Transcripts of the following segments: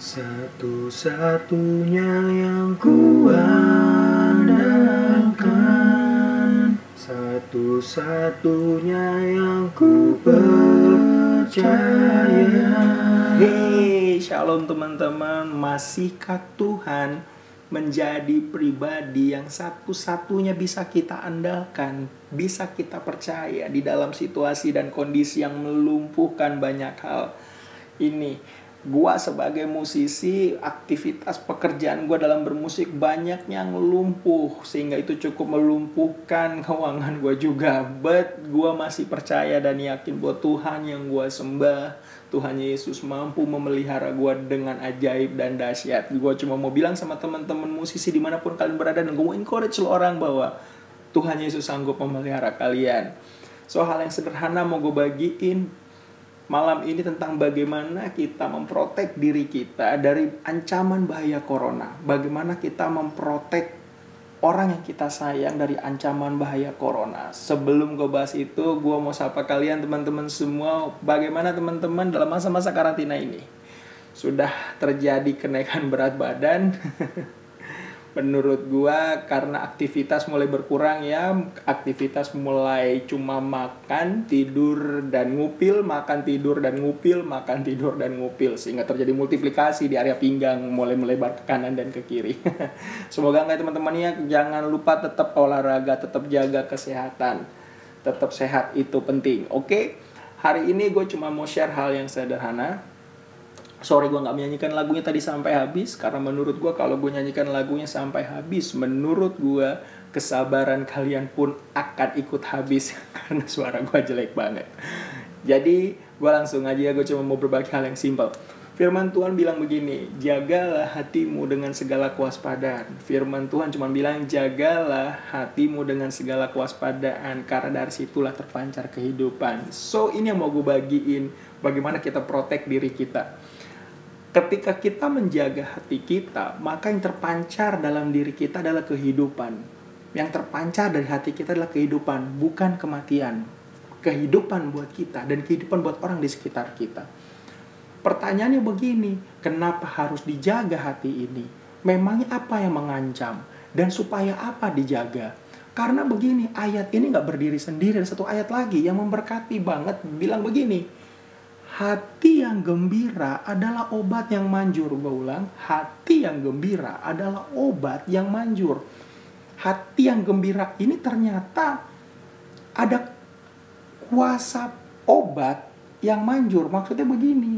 Satu-satunya yang kuandalkan, satu-satunya yang ku percaya. Hey, shalom teman-teman. Masihkah Tuhan menjadi pribadi yang satu-satunya bisa kita andalkan, bisa kita percaya di dalam situasi dan kondisi yang melumpuhkan banyak hal? Ini gua sebagai musisi, aktivitas pekerjaan gua dalam bermusik banyak yang lumpuh, sehingga itu cukup melumpuhkan keuangan gua juga. But gua masih percaya dan yakin bahwa Tuhan yang gua sembah, Tuhan Yesus mampu memelihara gua dengan ajaib dan dahsyat. Gua cuma mau bilang sama teman-teman musisi dimanapun kalian berada, dan gua mau encourage lo orang bahwa Tuhan Yesus sanggup memelihara kalian. So, hal yang sederhana mau gue bagiin malam ini tentang bagaimana kita memprotek diri kita dari ancaman bahaya corona. Bagaimana kita memprotek orang yang kita sayang dari ancaman bahaya corona. Sebelum gue bahas itu, gue mau sapa kalian teman-teman semua. Bagaimana teman-teman dalam masa-masa karantina ini? Sudah terjadi kenaikan berat badan? Menurut gua karena aktivitas mulai berkurang ya, aktivitas mulai cuma makan, tidur, dan ngupil, makan, tidur, dan ngupil, makan, tidur, dan ngupil, sehingga terjadi multiplikasi di area pinggang, mulai melebar ke kanan dan ke kiri. Semoga enggak teman-teman ya, jangan lupa tetap olahraga, tetap jaga kesehatan, tetap sehat itu penting. Oke, hari ini gue cuma mau share hal yang sederhana. Sorry gue gak menyanyikan lagunya tadi sampai habis, karena menurut gue kalau gue nyanyikan lagunya sampai habis, menurut gue kesabaran kalian pun akan ikut habis karena suara gue jelek banget. Jadi gue langsung aja, gue cuma mau berbagi hal yang simpel. Firman Tuhan bilang begini, jagalah hatimu dengan segala kewaspadaan. Firman Tuhan cuma bilang, jagalah hatimu dengan segala kewaspadaan, karena dari situlah terpancar kehidupan. So, ini yang mau gue bagiin, bagaimana kita protect diri kita. Ketika kita menjaga hati kita, maka yang terpancar dalam diri kita adalah kehidupan. Yang terpancar dari hati kita adalah kehidupan, bukan kematian. Kehidupan buat kita dan kehidupan buat orang di sekitar kita. Pertanyaannya begini, kenapa harus dijaga hati ini? Memangnya apa yang mengancam? Dan supaya apa dijaga? Karena begini, ayat ini gak berdiri sendiri. Ada satu ayat lagi yang memberkati banget, bilang begini, hati yang gembira adalah obat yang manjur. Gue ulang, hati yang gembira adalah obat yang manjur. Hati yang gembira ini ternyata ada kuasa obat yang manjur. Maksudnya begini,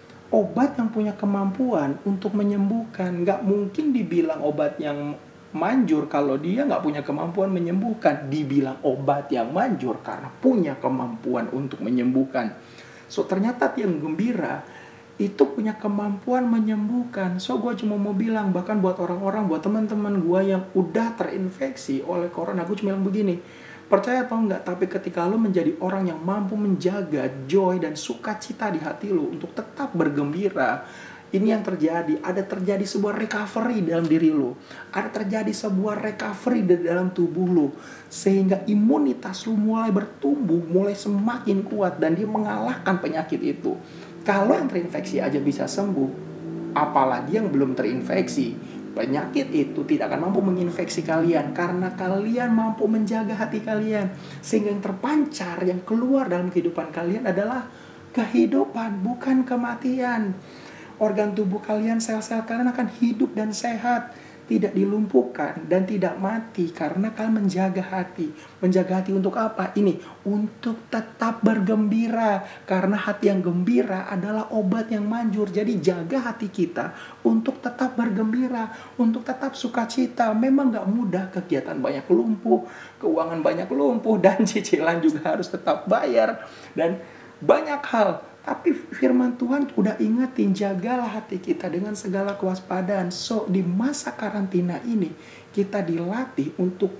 obat yang punya kemampuan untuk menyembuhkan. Gak mungkin dibilang obat yang manjur kalau dia gak punya kemampuan menyembuhkan. Dibilang obat yang manjur karena punya kemampuan untuk menyembuhkan. So, ternyata yang gembira itu punya kemampuan menyembuhkan. So, gue cuma mau bilang, bahkan buat orang-orang, buat teman-teman gue yang udah terinfeksi oleh corona, gue cuma bilang begini, percaya atau enggak, tapi ketika lo menjadi orang yang mampu menjaga joy dan sukacita di hati lo untuk tetap bergembira, ini yang terjadi, ada terjadi sebuah recovery dalam diri lo, ada terjadi sebuah recovery di dalam tubuh lo, sehingga imunitas lo mulai bertumbuh, mulai semakin kuat, dan dia mengalahkan penyakit itu. Kalau yang terinfeksi aja bisa sembuh, apalagi yang belum terinfeksi, penyakit itu tidak akan mampu menginfeksi kalian, karena kalian mampu menjaga hati kalian, sehingga yang terpancar, yang keluar dalam kehidupan kalian adalah kehidupan, bukan kematian. Organ tubuh kalian, sel-sel kalian akan hidup dan sehat, tidak dilumpuhkan dan tidak mati karena kalian menjaga hati. Menjaga hati untuk apa? Ini untuk tetap bergembira, karena hati yang gembira adalah obat yang manjur. Jadi jaga hati kita untuk tetap bergembira, untuk tetap sukacita. Memang gak mudah, kegiatan banyak lumpuh, keuangan banyak lumpuh, dan cicilan juga harus tetap bayar, dan banyak hal. Tapi firman Tuhan udah ingetin, jagalah hati kita dengan segala kewaspadaan. So, di masa karantina ini, kita dilatih untuk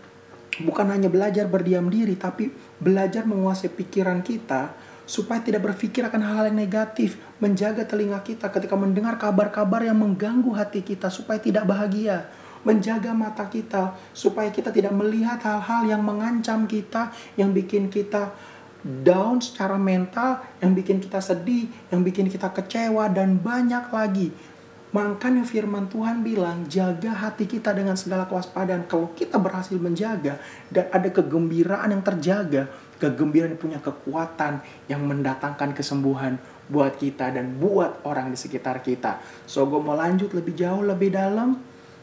bukan hanya belajar berdiam diri, tapi belajar menguasai pikiran kita, supaya tidak berpikir akan hal-hal yang negatif. Menjaga telinga kita ketika mendengar kabar-kabar yang mengganggu hati kita, supaya tidak bahagia. Menjaga mata kita, supaya kita tidak melihat hal-hal yang mengancam kita, yang bikin kita down secara mental, yang bikin kita sedih, yang bikin kita kecewa, dan banyak lagi. Makanya firman Tuhan bilang, jaga hati kita dengan segala kewaspadaan. Kalau kita berhasil menjaga dan ada kegembiraan yang terjaga, kegembiraan yang punya kekuatan yang mendatangkan kesembuhan buat kita dan buat orang di sekitar kita. So, gue mau lanjut lebih jauh, lebih dalam.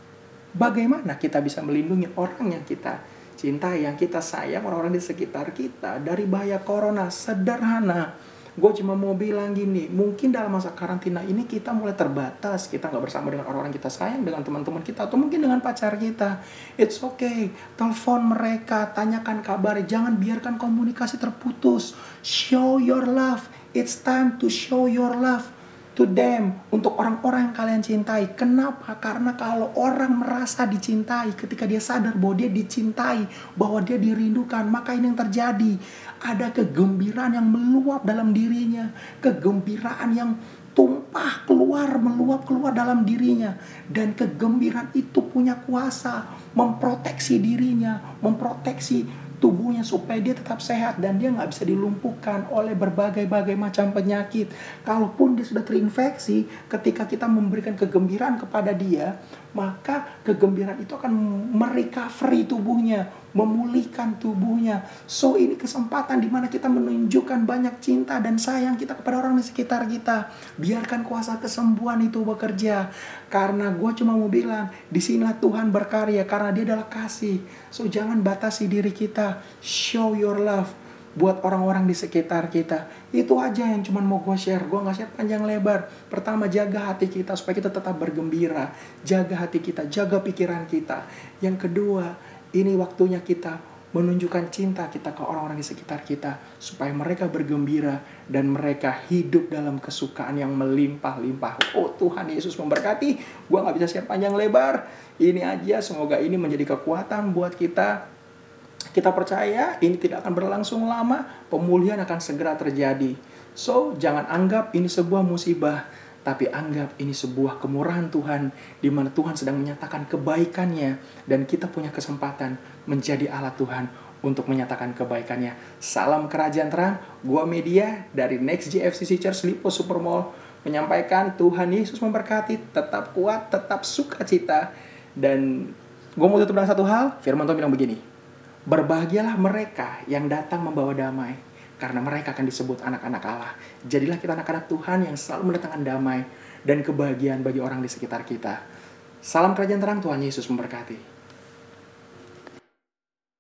Bagaimana kita bisa melindungi orang yang kita cintai, yang kita sayang, orang-orang di sekitar kita dari bahaya corona? Sederhana. Gue cuma mau bilang gini, mungkin dalam masa karantina ini kita mulai terbatas. Kita nggak bersama dengan orang-orang kita sayang, dengan teman-teman kita, atau mungkin dengan pacar kita. It's okay. Telepon mereka, tanyakan kabar. Jangan biarkan komunikasi terputus. Show your love. It's time to show your love to them, untuk orang-orang yang kalian cintai. Kenapa? Karena kalau orang merasa dicintai, ketika dia sadar bahwa dia dicintai, bahwa dia dirindukan, maka ini yang terjadi. Ada kegembiraan yang meluap dalam dirinya, kegembiraan yang tumpah keluar, meluap keluar dalam dirinya. Dan kegembiraan itu punya kuasa memproteksi dirinya, memproteksi tubuhnya supaya dia tetap sehat dan dia nggak bisa dilumpuhkan oleh berbagai-bagai macam penyakit. Kalaupun dia sudah terinfeksi, ketika kita memberikan kegembiraan kepada dia, maka kegembiraan itu akan merecovery tubuhnya, memulihkan tubuhnya. So, ini kesempatan di mana kita menunjukkan banyak cinta dan sayang kita kepada orang di sekitar kita. Biarkan kuasa kesembuhan itu bekerja. Karena gue cuma mau bilang, disinilah Tuhan berkarya, karena dia adalah kasih. So, jangan batasi diri kita. Show your love buat orang-orang di sekitar kita. Itu aja yang cuma mau gue share. Gue gak share panjang lebar. Pertama, jaga hati kita supaya kita tetap bergembira. Jaga hati kita, jaga pikiran kita. Yang kedua, ini waktunya kita menunjukkan cinta kita ke orang-orang di sekitar kita supaya mereka bergembira dan mereka hidup dalam kesukaan yang melimpah-limpah. Oh, Tuhan Yesus memberkati. Gue gak bisa share panjang lebar. Ini aja, semoga ini menjadi kekuatan buat kita. Kita percaya ini tidak akan berlangsung lama, pemulihan akan segera terjadi. So, jangan anggap ini sebuah musibah, tapi anggap ini sebuah kemurahan Tuhan, di mana Tuhan sedang menyatakan kebaikannya, dan kita punya kesempatan menjadi alat Tuhan untuk menyatakan kebaikannya. Salam kerajaan terang, gua Media dari Next GFCC Church Lipo Supermall, menyampaikan Tuhan Yesus memberkati, tetap kuat, tetap sukacita. Dan gua mau tutup dengan satu hal, firman Tuhan bilang begini, berbahagialah mereka yang datang membawa damai, karena mereka akan disebut anak-anak Allah. Jadilah kita anak-anak Tuhan yang selalu mendatangkan damai dan kebahagiaan bagi orang di sekitar kita. Salam kerajaan terang, Tuhan Yesus memberkati.